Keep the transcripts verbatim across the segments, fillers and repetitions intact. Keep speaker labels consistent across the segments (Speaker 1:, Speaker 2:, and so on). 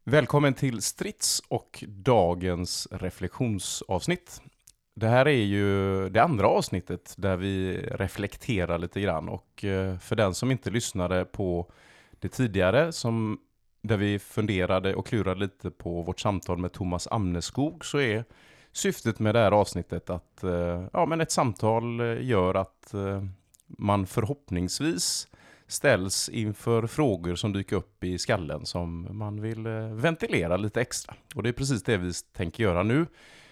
Speaker 1: Välkommen till Strids och dagens reflektionsavsnitt. Det här är ju det andra avsnittet där vi reflekterar lite grann, och för den som inte lyssnade på det tidigare, som där vi funderade och klurade lite på vårt samtal med Thomas Amneskog, så är syftet med det här avsnittet att ja, men ett samtal gör att man förhoppningsvis ställs inför frågor som dyker upp i skallen som man vill ventilera lite extra. Och det är precis det vi tänker göra nu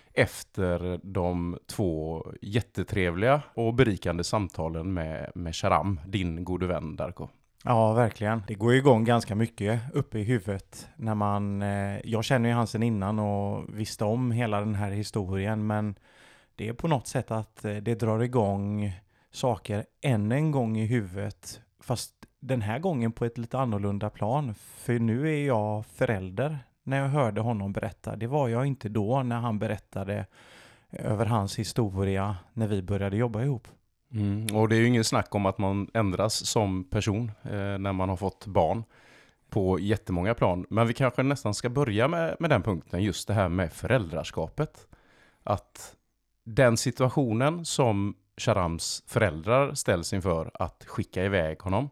Speaker 1: efter de två jättetrevliga och berikande samtalen med, med Sharam, din gode vän Darko.
Speaker 2: Ja, verkligen. Det går igång ganska mycket uppe i huvudet när man, eh, jag känner ju han sedan innan och visste om hela den här historien, men det är på något sätt att eh, det drar igång saker än en gång i huvudet, fast den här gången på ett lite annorlunda plan. För nu är jag förälder när jag hörde honom berätta. Det var jag inte då när han berättade över hans historia när vi började jobba ihop.
Speaker 1: Mm, och det är ju ingen snack om att man ändras som person eh, när man har fått barn på jättemånga plan. Men vi kanske nästan ska börja med, med den punkten, just det här med föräldraskapet. Att den situationen som Sharams föräldrar ställs inför att skicka iväg honom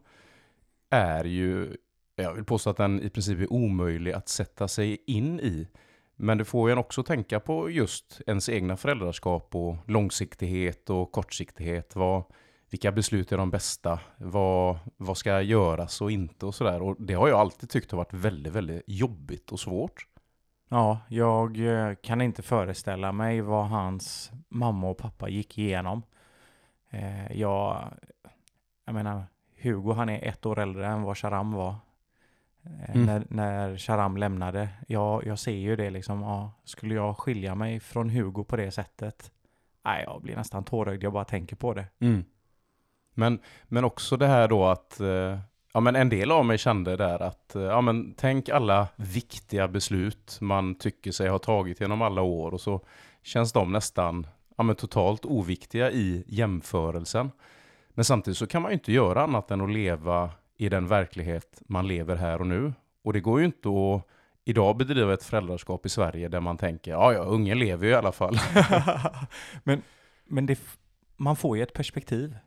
Speaker 1: är ju, jag vill påstå att den i princip är omöjlig att sätta sig in i. Men det får en också tänka på just ens egna föräldraskap och långsiktighet och kortsiktighet. Vad, vilka beslut är de bästa? Vad, vad ska göras och inte och sådär. Och det har jag alltid tyckt har varit väldigt, väldigt jobbigt och svårt.
Speaker 2: Ja, jag kan inte föreställa mig vad hans mamma och pappa gick igenom. Eh, jag, jag menar, Hugo han är ett år äldre än vad Sharam var. Eh,
Speaker 1: Mm.
Speaker 2: när, när Sharam lämnade. Jag, jag ser ju det liksom, ja, skulle jag skilja mig från Hugo på det sättet? Nej, jag blir nästan tårögd, jag bara tänker på det.
Speaker 1: Mm. Men, men också det här då att eh, ja, men en del av mig kände där att eh, ja, men tänk alla viktiga beslut man tycker sig ha tagit genom alla år, och så känns de nästan ja, men totalt oviktiga i jämförelsen. Men samtidigt så kan man ju inte göra annat än att leva i den verklighet man lever här och nu. Och det går ju inte att idag bedriva ett föräldraskap i Sverige där man tänker, ja ja, ungen lever ju i alla fall.
Speaker 2: men men det, man får ju ett perspektiv.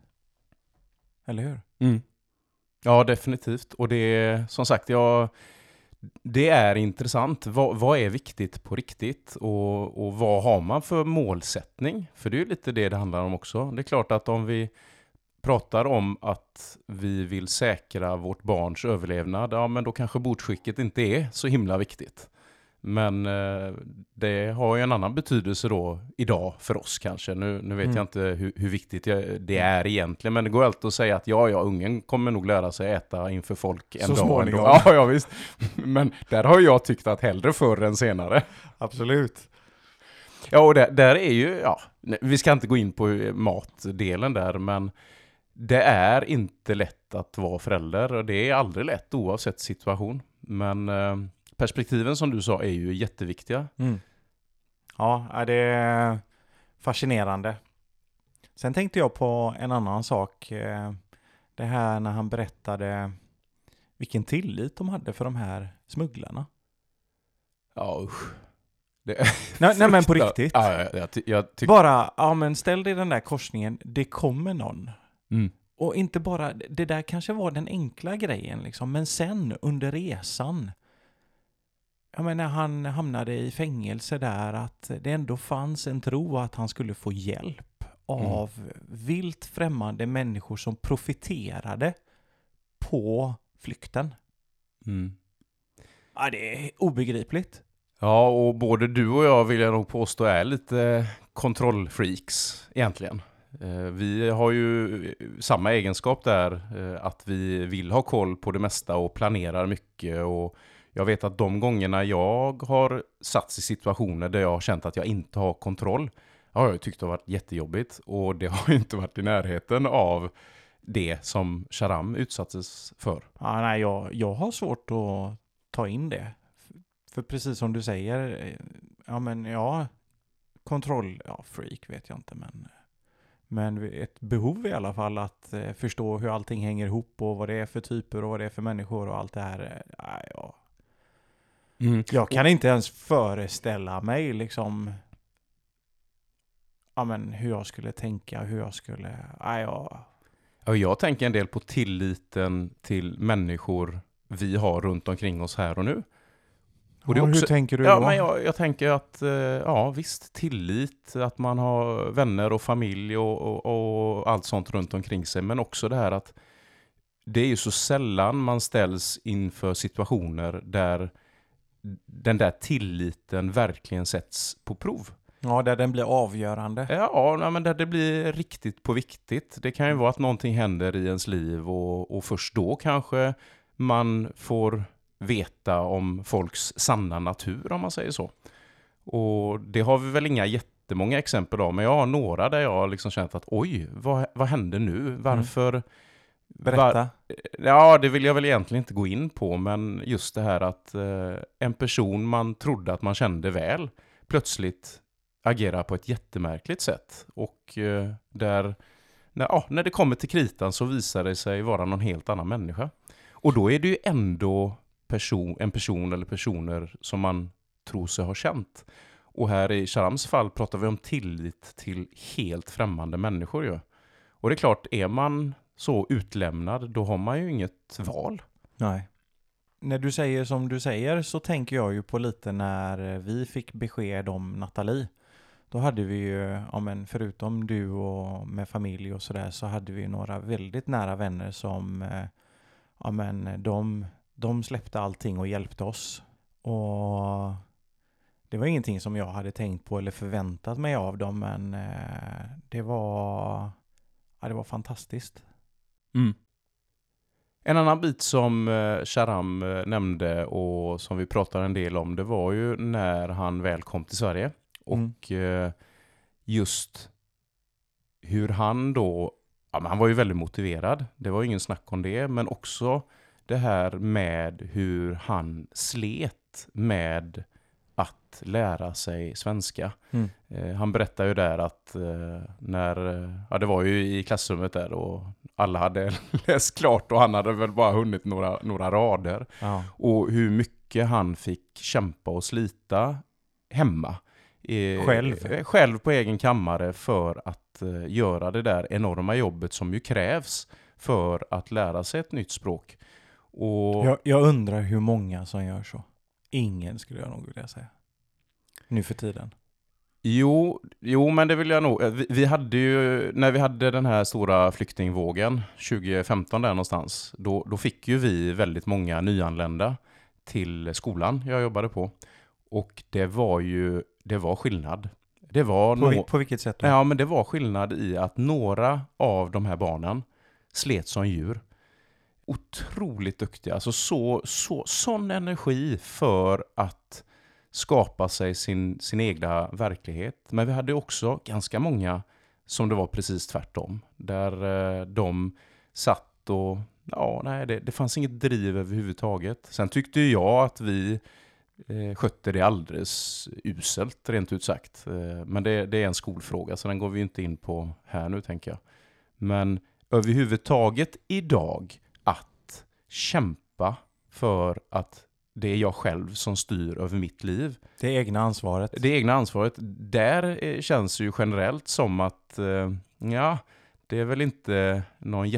Speaker 2: Eller hur?
Speaker 1: Mm. Ja, definitivt. Och det är, som sagt, jag, det är intressant. Vad, vad är viktigt på riktigt? Och, och vad har man för målsättning? För det är ju lite det det handlar om också. Det är klart att om vi pratar om att vi vill säkra vårt barns överlevnad, ja men då kanske bordsskicket inte är så himla viktigt. Men eh, det har ju en annan betydelse då idag för oss kanske. Nu, nu vet mm. jag inte hur, hur viktigt det är egentligen, men det går alltid att säga att ja, ja, ungen kommer nog lära sig äta inför folk en
Speaker 2: så
Speaker 1: dag.
Speaker 2: Småningom.
Speaker 1: Ja, ja, visst. Men där har jag tyckt att hellre förr än senare.
Speaker 2: Absolut.
Speaker 1: Ja, och där, där är ju, ja, vi ska inte gå in på matdelen där, men det är inte lätt att vara förälder, och det är aldrig lätt oavsett situation. Men eh, perspektiven som du sa är ju jätteviktiga.
Speaker 2: Mm. Ja, det är fascinerande. Sen tänkte jag på en annan sak. Det här när han berättade vilken tillit de hade för de här smugglarna.
Speaker 1: Ja, usch.
Speaker 2: Det nej, nej, men på riktigt.
Speaker 1: Ja, jag, jag, jag tyck-
Speaker 2: Bara, ja men ställ dig i den där korsningen. Det kommer någon.
Speaker 1: Mm.
Speaker 2: Och inte bara, det där kanske var den enkla grejen liksom. Men sen under resan. Jag menar, han hamnade i fängelse där, att det ändå fanns en tro att han skulle få hjälp av mm. vilt främmande människor som profiterade på flykten.
Speaker 1: Mm.
Speaker 2: Ja, det är obegripligt.
Speaker 1: Ja, och både du och jag vill jag nog påstå är lite kontrollfreaks egentligen. Vi har ju samma egenskap där, att vi vill ha koll på det mesta och planerar mycket, och jag vet att de gångerna jag har satts i situationer där jag har känt att jag inte har kontroll, har jag tyckt det har varit jättejobbigt, och det har ju inte varit i närheten av det som Sharam utsattes för.
Speaker 2: Ja, nej, jag, jag har svårt att ta in det. För precis som du säger, ja men ja, kontroll, ja freak vet jag inte, men, men ett behov i alla fall att eh, förstå hur allting hänger ihop och vad det är för typer och vad det är för människor och allt det här. Ja, ja.
Speaker 1: Mm.
Speaker 2: Jag kan inte ens föreställa mig liksom, ja, men hur jag skulle tänka, hur jag skulle... Ja, jag...
Speaker 1: Ja, jag tänker en del på tilliten till människor vi har runt omkring oss här och nu. Och det är
Speaker 2: Ja,
Speaker 1: också,
Speaker 2: hur tänker du
Speaker 1: ja,
Speaker 2: då?
Speaker 1: men jag, jag tänker att, eh, ja visst, tillit, att man har vänner och familj och, och, och allt sånt runt omkring sig. Men också det här att det är ju så sällan man ställs inför situationer där den där tilliten verkligen sätts på prov.
Speaker 2: Ja, där den blir avgörande.
Speaker 1: Ja, ja, men där det blir riktigt på viktigt. Det kan ju vara att någonting händer i ens liv och, och först då kanske man får veta om folks sanna natur, om man säger så. Och det har vi väl inga jättemånga exempel av, men jag har några där jag har liksom känt att oj, vad, vad hände nu? Varför? Mm.
Speaker 2: Berätta.
Speaker 1: Var, ja, det vill jag väl egentligen inte gå in på, men just det här att eh, en person man trodde att man kände väl plötsligt agerar på ett jättemärkligt sätt. Och eh, där, när, ja, när det kommer till kritan så visar det sig vara någon helt annan människa. Och då är det ju ändå person, en person eller personer som man tror sig ha känt. Och här i Sharams fall pratar vi om tillit till helt främmande människor. Ju. Och det är klart, är man så utlämnad, då har man ju inget val.
Speaker 2: Nej. När du säger som du säger så tänker jag ju på lite när vi fick besked om Nathalie. Då hade vi ju, ja men förutom du och med familj och sådär, så hade vi några väldigt nära vänner som, ja men de, de släppte allting och hjälpte oss. Och det var ingenting som jag hade tänkt på eller förväntat mig av dem, men det var, ja, det var fantastiskt.
Speaker 1: Mm. En annan bit som eh, Sharam eh, nämnde och som vi pratade en del om, det var ju när han väl kom till Sverige. Och mm. eh, just hur han då, ja, men han var ju väldigt motiverad, det var ju ingen snack om det, men också det här med hur han slet med att lära sig svenska. Mm. Eh, han berättar ju där att eh, när, ja det var ju i klassrummet där och alla hade läst klart och han hade väl bara hunnit några, några rader. Ja. Och hur mycket han fick kämpa och slita hemma. Eh,
Speaker 2: själv.
Speaker 1: Själv på egen kammare för att eh, göra det där enorma jobbet som ju krävs för att lära sig ett nytt språk. Och
Speaker 2: jag, jag undrar hur många som gör så. Ingen skulle jag nog vilja säga. Nu för tiden.
Speaker 1: Jo, jo, men det vill jag nog. Vi, vi hade ju, när vi hade den här stora flyktingvågen tjugo femton där någonstans, då, då fick ju vi väldigt många nyanlända till skolan jag jobbade på. Och det var ju, det var skillnad. Det var
Speaker 2: på, no- på vilket sätt då?
Speaker 1: Ja, men det var skillnad i att några av de här barnen slet som djur. Otroligt duktiga. Alltså så, så, sån energi för att skapa sig sin, sin egna verklighet. Men vi hade också ganska många som det var precis tvärtom. Där eh, de satt och, ja nej, det, det fanns inget driv överhuvudtaget. Sen tyckte jag att vi eh, skötte det alldeles uselt, rent ut sagt. Eh, men det, det är en skolfråga, så den går vi inte in på här nu, tänker jag. Men överhuvudtaget idag att kämpa för att det är jag själv som styr över mitt liv.
Speaker 2: Det egna ansvaret.
Speaker 1: Det egna ansvaret. Där känns ju generellt som att ja, det är väl inte någon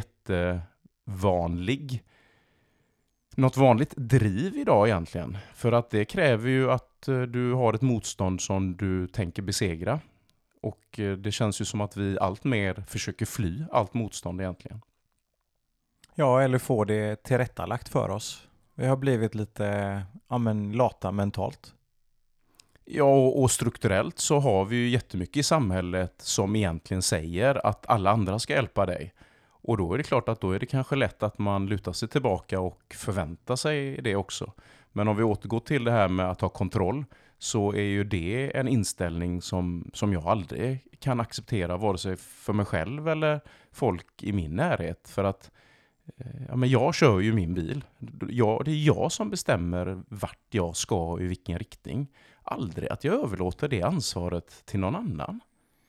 Speaker 1: jättevanlig något vanligt driv idag egentligen. För att det kräver ju att du har ett motstånd som du tänker besegra. Och det känns ju som att vi allt mer försöker fly allt motstånd egentligen.
Speaker 2: Ja, eller få det tillrättalagt för oss. Vi har blivit lite ja, men, lata mentalt.
Speaker 1: Ja, och strukturellt så har vi ju jättemycket i samhället som egentligen säger att alla andra ska hjälpa dig. Och då är det klart att då är det kanske lätt att man lutar sig tillbaka och förväntar sig det också. Men om vi återgår till det här med att ha kontroll, så är ju det en inställning som, som jag aldrig kan acceptera, vare sig för mig själv eller folk i min närhet. För att ja, men jag kör ju min bil. Jag, det är jag som bestämmer vart jag ska och i vilken riktning. Aldrig att jag överlåter det ansvaret till någon annan.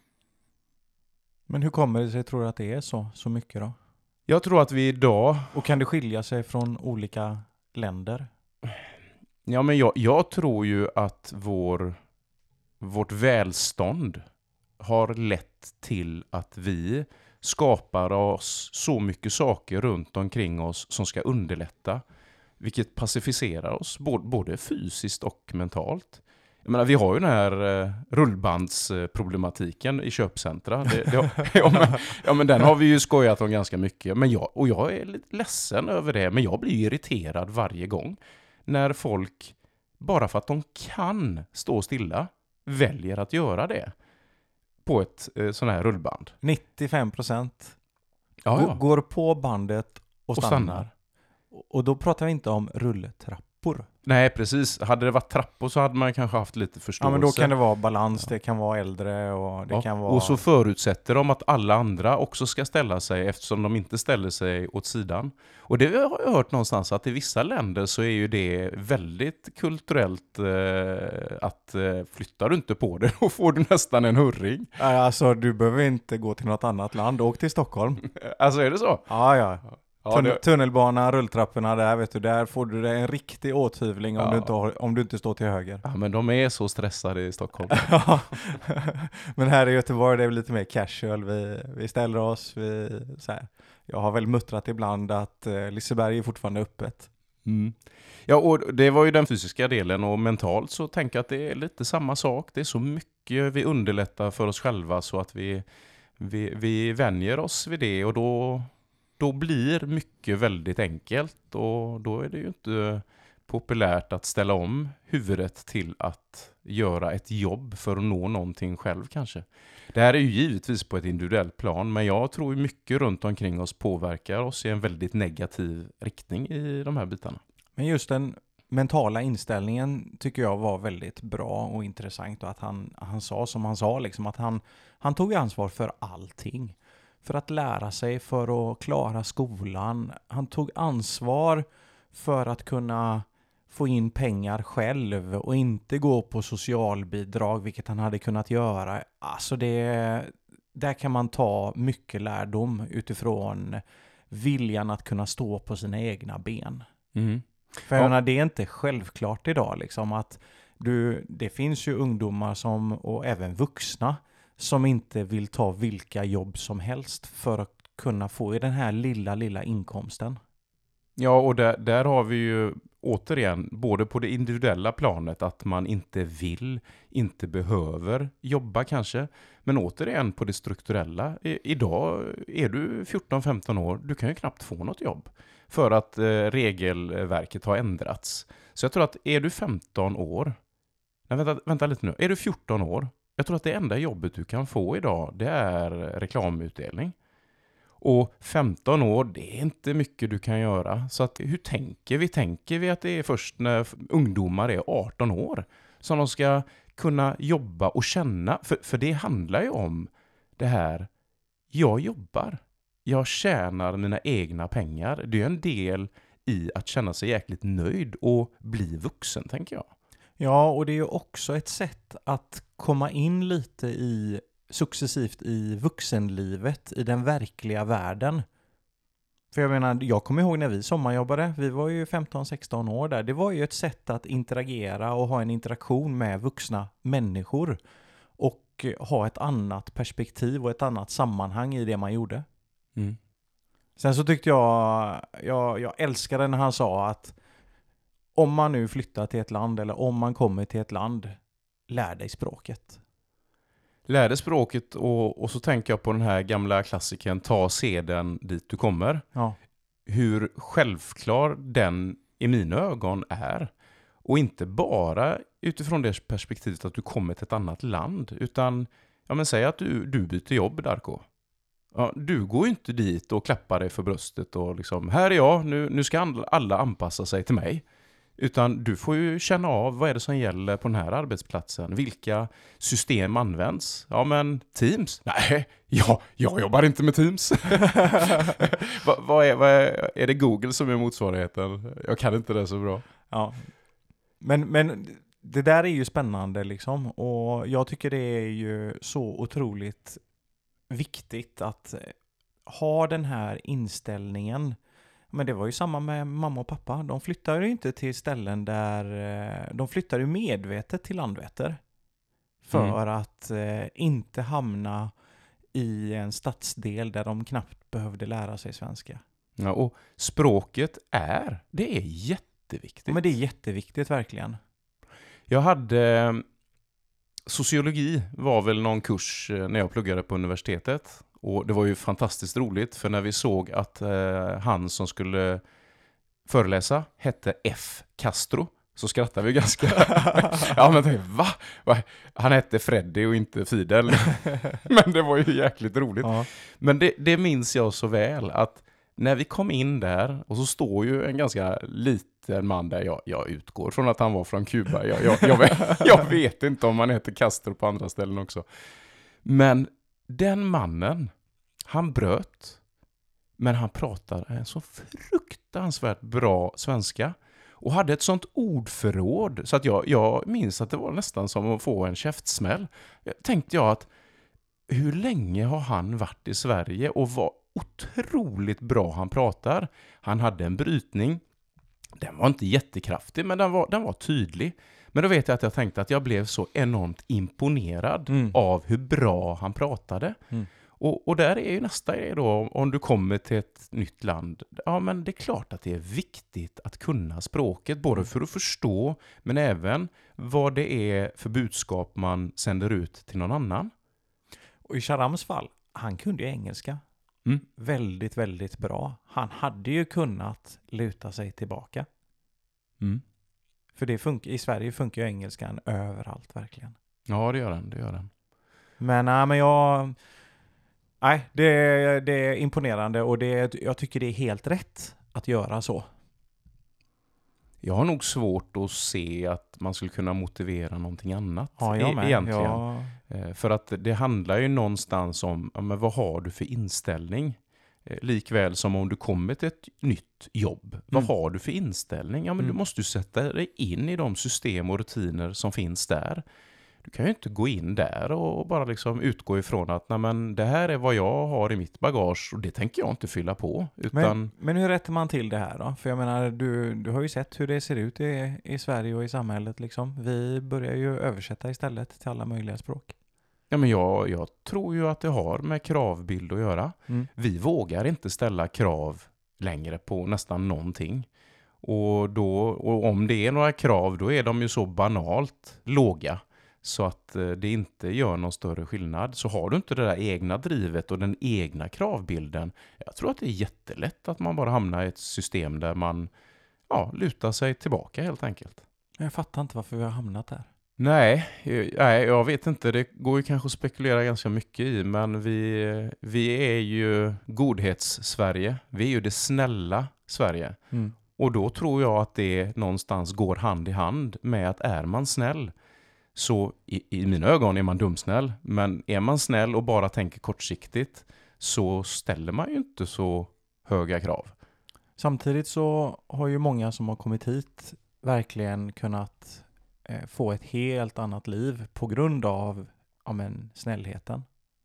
Speaker 2: Men hur kommer det sig, tror du, att det är så, så mycket då?
Speaker 1: Jag tror att vi idag...
Speaker 2: Och kan det skilja sig från olika länder?
Speaker 1: Ja, men jag, jag tror ju att vår, vårt välstånd har lett till att vi skapar oss så mycket saker runt omkring oss som ska underlätta, vilket pacificerar oss både, både fysiskt och mentalt. Jag menar, vi har ju den här eh, rullbandsproblematiken i köpcentra. Det, det, ja, men, ja, men den har vi ju skojat om ganska mycket. Men jag, och jag är lite ledsen över det, men jag blir irriterad varje gång när folk, bara för att de kan stå stilla, väljer att göra det på ett eh, sån här rullband.
Speaker 2: nittiofem procent
Speaker 1: Ja,
Speaker 2: G-
Speaker 1: ja.
Speaker 2: går på bandet och
Speaker 1: Och
Speaker 2: stannar.
Speaker 1: stannar.
Speaker 2: Och då pratar vi inte om rulltrappor.
Speaker 1: Nej, precis. Hade det varit trappor så hade man kanske haft lite
Speaker 2: Ja,
Speaker 1: förståelse.
Speaker 2: men då kan det vara balans, det kan vara äldre och det
Speaker 1: Ja,
Speaker 2: kan vara...
Speaker 1: och så förutsätter de att alla andra också ska ställa sig eftersom de inte ställer sig åt sidan. Och det har jag hört någonstans att i vissa länder så är ju det väldigt kulturellt eh, att eh, flyttar du inte på det då får du nästan en hurring.
Speaker 2: Nej, alltså du behöver inte gå till något annat land, åk till Stockholm.
Speaker 1: Alltså är det så?
Speaker 2: Ja, ja.
Speaker 1: Ja,
Speaker 2: Tun-
Speaker 1: det,
Speaker 2: Tunnelbana, rulltrapporna där, vet du, där får du en riktig åthyvling om,
Speaker 1: Ja.
Speaker 2: du inte har, om du inte står till höger.
Speaker 1: ja, men de är så stressade i Stockholm.
Speaker 2: Ja. Men här i Göteborg det är lite mer casual, vi, vi ställer oss, vi, så här. Jag har väl muttrat ibland att eh, Liseberg är fortfarande öppet.
Speaker 1: Mm. Ja, och det var ju den fysiska delen och mentalt så tänker jag att det är lite samma sak. Det är så mycket vi underlättar för oss själva så att vi, vi, vi vänjer oss vid det och då, då blir mycket väldigt enkelt och då är det ju inte populärt att ställa om huvudet till att göra ett jobb för att nå någonting själv kanske. Det här är ju givetvis på ett individuellt plan, men jag tror mycket runt omkring oss påverkar oss i en väldigt negativ riktning i de här bitarna.
Speaker 2: Men just den mentala inställningen tycker jag var väldigt bra och intressant och att han, han sa som han sa, liksom, att han, han tog ansvar för allting. För att lära sig, för att klara skolan. Han tog ansvar för att kunna få in pengar själv och inte gå på socialbidrag, vilket han hade kunnat göra. Alltså det, där kan man ta mycket lärdom utifrån viljan att kunna stå på sina egna ben.
Speaker 1: Mm.
Speaker 2: För jag
Speaker 1: Ja.
Speaker 2: menar, det är inte självklart idag liksom att du, det finns ju ungdomar som, och även vuxna som inte vill ta vilka jobb som helst för att kunna få i den här lilla, lilla inkomsten.
Speaker 1: Ja, och där, där har vi ju återigen, både på det individuella planet, att man inte vill, inte behöver jobba kanske, men återigen på det strukturella. I, idag är du fjorton femton år, du kan ju knappt få något jobb för att eh, regelverket har ändrats. Så jag tror att är du femton år, nej, vänta, vänta lite nu, är du fjorton år, jag tror att det enda jobbet du kan få idag, det är reklamutdelning. Och femton år, det är inte mycket du kan göra. Så att, hur tänker vi? Tänker vi att det är först när ungdomar är arton år som de ska kunna jobba och känna? För, för det handlar ju om det här, jag jobbar. Jag tjänar mina egna pengar. Det är en del i att känna sig jäkligt nöjd och bli vuxen, tänker jag.
Speaker 2: Ja, och det är ju också ett sätt att komma in lite i successivt i vuxenlivet, i den verkliga världen. För jag menar, jag kommer ihåg när vi sommarjobbade, vi var ju femton sexton år där, det var ju ett sätt att interagera och ha en interaktion med vuxna människor och ha ett annat perspektiv och ett annat sammanhang i det man gjorde.
Speaker 1: Mm.
Speaker 2: Sen så tyckte jag, jag, jag älskade när han sa att om man nu flyttar till ett land eller om man kommer till ett land, lär dig språket.
Speaker 1: Lär dig språket och, och så tänker jag på den här gamla klassiken, ta seden dit du kommer.
Speaker 2: Ja.
Speaker 1: Hur självklar den i mina ögon är. Och inte bara utifrån det perspektivet att du kommer till ett annat land. Utan, ja men säg att du, du byter jobb, Darko. Ja, du går ju inte dit och klappar dig för bröstet och liksom, här är jag, nu, nu ska alla anpassa sig till mig. Utan du får ju känna av vad är det som gäller på den här arbetsplatsen. Vilka system används? Ja men Teams? Nej, ja, jag jobbar inte med Teams. vad, vad, är, vad är, är det Google som är motsvarigheten? Jag kan inte det så bra.
Speaker 2: Ja. Men, men det där är ju spännande liksom. Och jag tycker det är ju så otroligt viktigt att ha den här inställningen. Men det var ju samma med mamma och pappa. De flyttade ju inte till ställen där... eh, De flyttade ju medvetet till Landvetter. För att eh, inte hamna i en stadsdel där de knappt behövde lära sig svenska.
Speaker 1: Ja, och språket är, det är jätteviktigt.
Speaker 2: Men det är jätteviktigt verkligen.
Speaker 1: Jag hade... Sociologi var väl någon kurs eh, när jag pluggade på universitetet. Och det var ju fantastiskt roligt, för när vi såg att eh, han som skulle föreläsa hette F. Castro, så skrattade vi ganska. Ja, men tänkte, va? va? Han hette Freddy och inte Fidel. Men det var ju jäkligt roligt.
Speaker 2: Ja.
Speaker 1: Men det, det minns jag så väl, att när vi kom in där, och så står ju en ganska liten man där, jag, jag utgår från att han var från Kuba. Jag, jag, jag, vet, jag vet inte om han heter Castro på andra ställen också. Men den mannen, han bröt, men han pratade en så fruktansvärt bra svenska. Och hade ett sånt ordförråd så att jag, jag minns att det var nästan som att få en käftsmäll. Jag tänkte jag att hur länge har han varit i Sverige och vad otroligt bra han pratar. Han hade en brytning. Den var inte jättekraftig, men den var, den var tydlig. Men då vet jag att jag tänkte att jag blev så enormt imponerad
Speaker 2: Mm.
Speaker 1: av hur bra han pratade.
Speaker 2: Mm.
Speaker 1: Och, och där är ju nästa grej då, om du kommer till ett nytt land. Ja, men det är klart att det är viktigt att kunna språket, både för att förstå, men även vad det är för budskap man sänder ut till någon annan.
Speaker 2: Och i Sharams fall, han kunde ju engelska.
Speaker 1: Mm.
Speaker 2: Väldigt, väldigt bra. Han hade ju kunnat luta sig tillbaka.
Speaker 1: Mm.
Speaker 2: För det fun- i Sverige funkar ju engelskan överallt verkligen.
Speaker 1: Ja, det gör den, det gör den.
Speaker 2: Men nej, men jag... Nej, det, är- det är imponerande och det, jag tycker det är helt rätt att göra så.
Speaker 1: Jag har nog svårt att se att man skulle kunna motivera någonting annat.
Speaker 2: Ja, jag
Speaker 1: e-
Speaker 2: med.
Speaker 1: Egentligen.
Speaker 2: Ja.
Speaker 1: Eh, För att det handlar ju någonstans om, ja, men vad har du för inställning? Eh, Likväl som om du kommer till ett nytt jobb. Vad
Speaker 2: Mm.
Speaker 1: har du för inställning? Ja, men
Speaker 2: Mm.
Speaker 1: du måste ju sätta dig in i de system och rutiner som finns där. Du kan ju inte gå in där och bara liksom utgå ifrån att nej, men det här är vad jag har i mitt bagage och det tänker jag inte fylla på. Utan...
Speaker 2: Men, men hur rättar man till det här då? För jag menar, du, du har ju sett hur det ser ut i, i Sverige och i samhället liksom. Vi börjar ju översätta istället till alla möjliga språk.
Speaker 1: Ja, men jag, jag tror ju att det har med kravbild att göra.
Speaker 2: Mm.
Speaker 1: Vi vågar inte ställa krav längre på nästan någonting. Och, då, och om det är några krav, då är de ju så banalt låga så att eh, det inte gör någon större skillnad. Så har du inte det där egna drivet och den egna kravbilden, jag tror att det är jättelätt att man bara hamnar i ett system där man ja, lutar sig tillbaka helt enkelt.
Speaker 2: Jag fattar inte varför vi har hamnat där.
Speaker 1: Nej, eh, nej, jag vet inte. Det går ju kanske att spekulera ganska mycket i, men vi, vi är ju godhets-Sverige. Vi är ju det snälla Sverige.
Speaker 2: Mm.
Speaker 1: Och då tror jag att det någonstans går hand i hand med att är man snäll, så i, i mina ögon är man dumsnäll. Men är man snäll och bara tänker kortsiktigt, så ställer man ju inte så höga krav.
Speaker 2: Samtidigt så har ju många som har kommit hit verkligen kunnat eh, få ett helt annat liv på grund av ja, men, snällheten.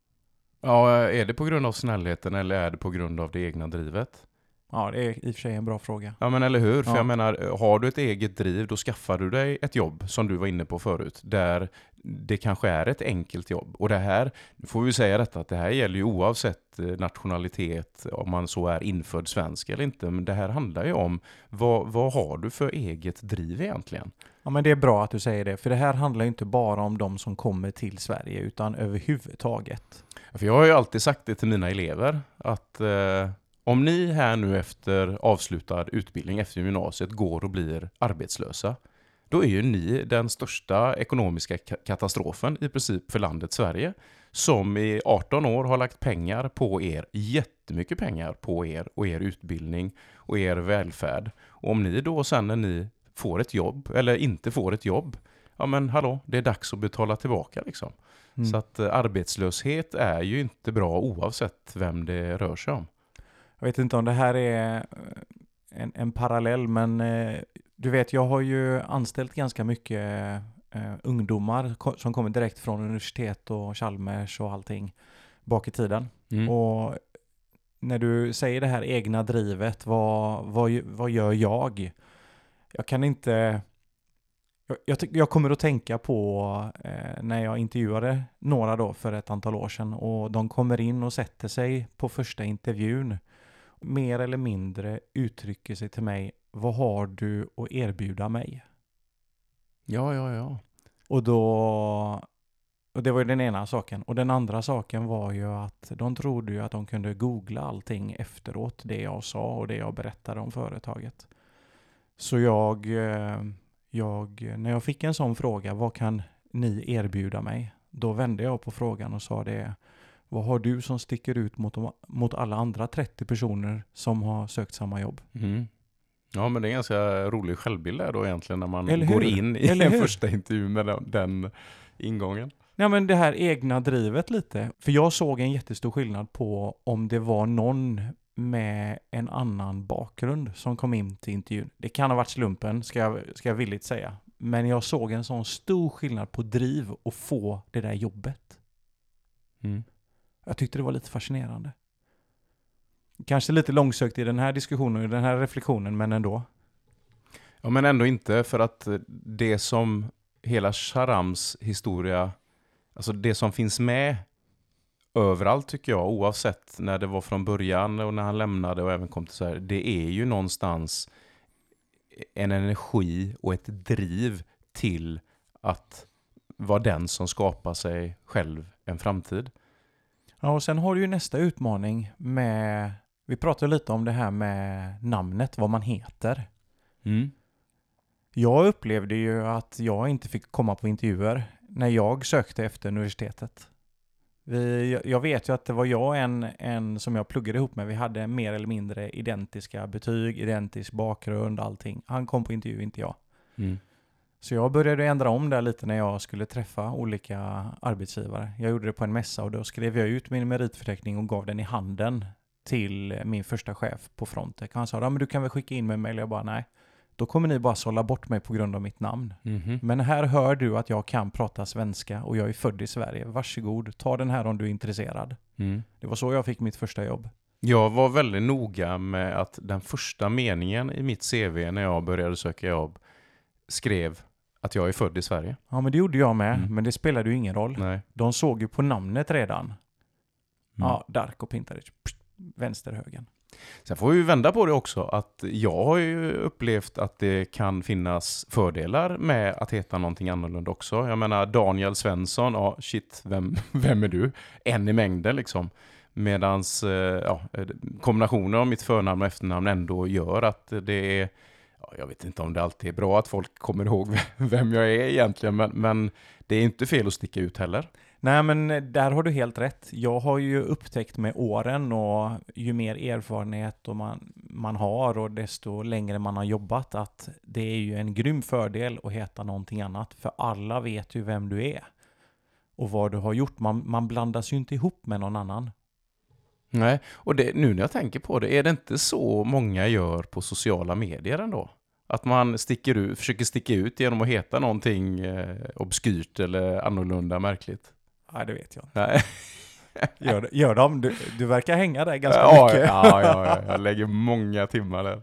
Speaker 1: Ja, är det på grund av snällheten eller är det på grund av det egna drivet?
Speaker 2: Ja, det är i och för sig en bra fråga.
Speaker 1: Ja, men eller hur? För
Speaker 2: Ja.
Speaker 1: jag menar, har du ett eget driv, då skaffar du dig ett jobb som du var inne på förut, där det kanske är ett enkelt jobb. Och det här, nu får vi säga detta, att det här gäller ju oavsett eh, nationalitet, om man så är infödd svensk eller inte. Men det här handlar ju om, vad, vad har du för eget driv egentligen?
Speaker 2: Ja, men det är bra att du säger det, för det här handlar ju inte bara om de som kommer till Sverige, utan överhuvudtaget.
Speaker 1: För jag har ju alltid sagt det till mina elever, att eh, om ni här nu efter avslutad utbildning efter gymnasiet går och blir arbetslösa, då är ju ni den största ekonomiska ka- katastrofen i princip för landet Sverige, som i arton år har lagt pengar på er, jättemycket pengar på er och er utbildning och er välfärd. Och om ni då sen när ni får ett jobb eller inte får ett jobb, ja men hallå, det är dags att betala tillbaka liksom.
Speaker 2: Mm.
Speaker 1: Så att eh, arbetslöshet är ju inte bra oavsett vem det rör sig om.
Speaker 2: Jag vet inte om det här är eh, en, en parallell, men eh, du vet, jag har ju anställt ganska mycket eh, ungdomar ko- som kommer direkt från universitet och Chalmers och allting bak i tiden.
Speaker 1: Mm.
Speaker 2: Och när du säger det här egna drivet, vad, vad, vad gör jag? Jag kan inte... Jag, jag, jag kommer att tänka på eh, när jag intervjuade några då för ett antal år sedan, och de kommer in och sätter sig på första intervjun. Mer eller mindre uttrycker sig till mig: vad har du att erbjuda mig?
Speaker 1: Ja, ja, ja.
Speaker 2: Och då... Och det var ju den ena saken. Och den andra saken var ju att de trodde ju att de kunde googla allting efteråt, det jag sa och det jag berättade om företaget. Så jag, jag, när jag fick en sån fråga, vad kan ni erbjuda mig? Då vände jag på frågan och sa det: vad har du som sticker ut mot, mot alla andra trettio personer som har sökt samma jobb?
Speaker 1: Mm. Ja, men det är en ganska rolig självbild där då egentligen, när man
Speaker 2: Eller
Speaker 1: går
Speaker 2: hur?
Speaker 1: in i
Speaker 2: Eller
Speaker 1: en
Speaker 2: hur?
Speaker 1: första intervju med den, den ingången.
Speaker 2: Ja, men det här egna drivet lite. För jag såg en jättestor skillnad på om det var någon med en annan bakgrund som kom in till intervjun. Det kan ha varit slumpen, ska jag, ska jag villigt säga. Men jag såg en sån stor skillnad på driv och få det där jobbet.
Speaker 1: Mm.
Speaker 2: Jag tyckte det var lite fascinerande. Kanske lite långsökt i den här diskussionen, i den här reflektionen, men ändå.
Speaker 1: Ja, men ändå inte, för att det som hela Sharams historia, alltså det som finns med överallt tycker jag, oavsett när det var från början och när han lämnade och även kom till så här, det är ju någonstans en energi och ett driv till att vara den som skapar sig själv en framtid.
Speaker 2: Ja, och sen har du ju nästa utmaning med, vi pratade lite om det här med namnet, vad man heter.
Speaker 1: Mm.
Speaker 2: Jag upplevde ju att jag inte fick komma på intervjuer när jag sökte efter universitetet. Vi, jag vet ju att det var jag och en, en som jag pluggade ihop med. Vi hade mer eller mindre identiska betyg, identisk bakgrund, allting. Han kom på intervju, inte jag.
Speaker 1: Mm.
Speaker 2: Så jag började ändra om där lite när jag skulle träffa olika arbetsgivare. Jag gjorde det på en mässa och då skrev jag ut min meritförteckning och gav den i handen till min första chef på Frontec. Han sa, ja, men du kan väl skicka in med mig? Jag bara, nej. Då kommer ni bara sålla bort mig på grund av mitt namn.
Speaker 1: Mm-hmm.
Speaker 2: Men här hör du att jag kan prata svenska och jag är född i Sverige. Varsågod, ta den här om du är intresserad.
Speaker 1: Mm.
Speaker 2: Det var så jag fick mitt första jobb.
Speaker 1: Jag var väldigt noga med att den första meningen i mitt C V när jag började söka jobb skrev att jag är född i Sverige.
Speaker 2: Ja, men det gjorde jag med.
Speaker 1: Mm.
Speaker 2: Men det spelade ju ingen roll.
Speaker 1: Nej.
Speaker 2: De såg ju på namnet redan.
Speaker 1: Mm.
Speaker 2: Ja, Darko Pintaric. Vänsterhögen.
Speaker 1: Sen får vi vända på det också, att jag har ju upplevt att det kan finnas fördelar med att heta någonting annorlunda också. Jag menar Daniel Svensson, ja shit, vem, vem är du? En i mängden liksom. Medans ja, kombinationen av mitt förnamn och efternamn ändå gör att det är, ja, jag vet inte om det alltid är bra att folk kommer ihåg vem jag är egentligen, men, men det är inte fel att sticka ut heller.
Speaker 2: Nej, men där har du helt rätt. Jag har ju upptäckt med åren, och ju mer erfarenhet och man, man har och desto längre man har jobbat, att det är ju en grym fördel att heta någonting annat. För alla vet ju vem du är och vad du har gjort. Man, man blandas ju inte ihop med någon annan.
Speaker 1: Nej, och det, nu när jag tänker på det, är det inte så många gör på sociala medier ändå? Att man sticker ut, försöker sticka ut genom att heta någonting eh, obskyrt eller annorlunda märkligt?
Speaker 2: Nej, det vet jag inte.
Speaker 1: Nej.
Speaker 2: Gör, gör de? Du, du verkar hänga där ganska
Speaker 1: ja,
Speaker 2: mycket.
Speaker 1: Ja, ja, ja, jag lägger många timmar där.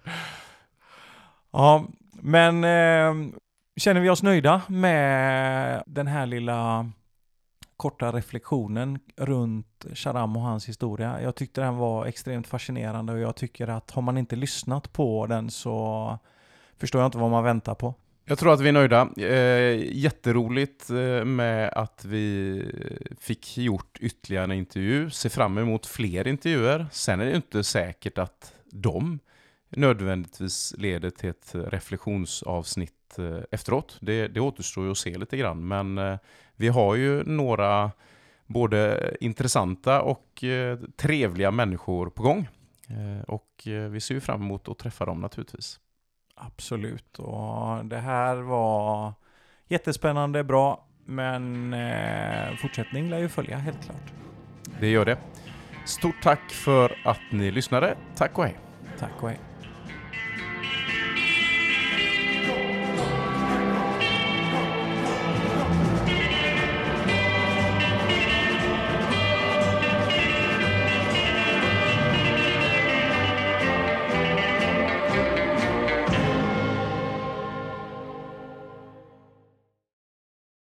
Speaker 2: Ja, men eh, känner vi oss nöjda med den här lilla korta reflektionen runt Sharam och hans historia? Jag tyckte den var extremt fascinerande, och jag tycker att har man inte lyssnat på den så förstår jag inte vad man väntar på.
Speaker 1: Jag tror att vi är nöjda. Eh, jätteroligt med att vi fick gjort ytterligare en intervju. Se fram emot fler intervjuer. Sen är det inte säkert att de nödvändigtvis leder till ett reflektionsavsnitt efteråt. Det, det återstår ju att se lite grann. Men eh, vi har ju några både intressanta och eh, trevliga människor på gång. Eh, och eh, vi ser ju fram emot att träffa dem naturligtvis.
Speaker 2: Absolut, och det här var jättespännande, bra, men eh, fortsättning lär ju följa helt klart.
Speaker 1: Det gör det. Stort tack för att ni lyssnade. Tack och hej.
Speaker 2: Tack och hej.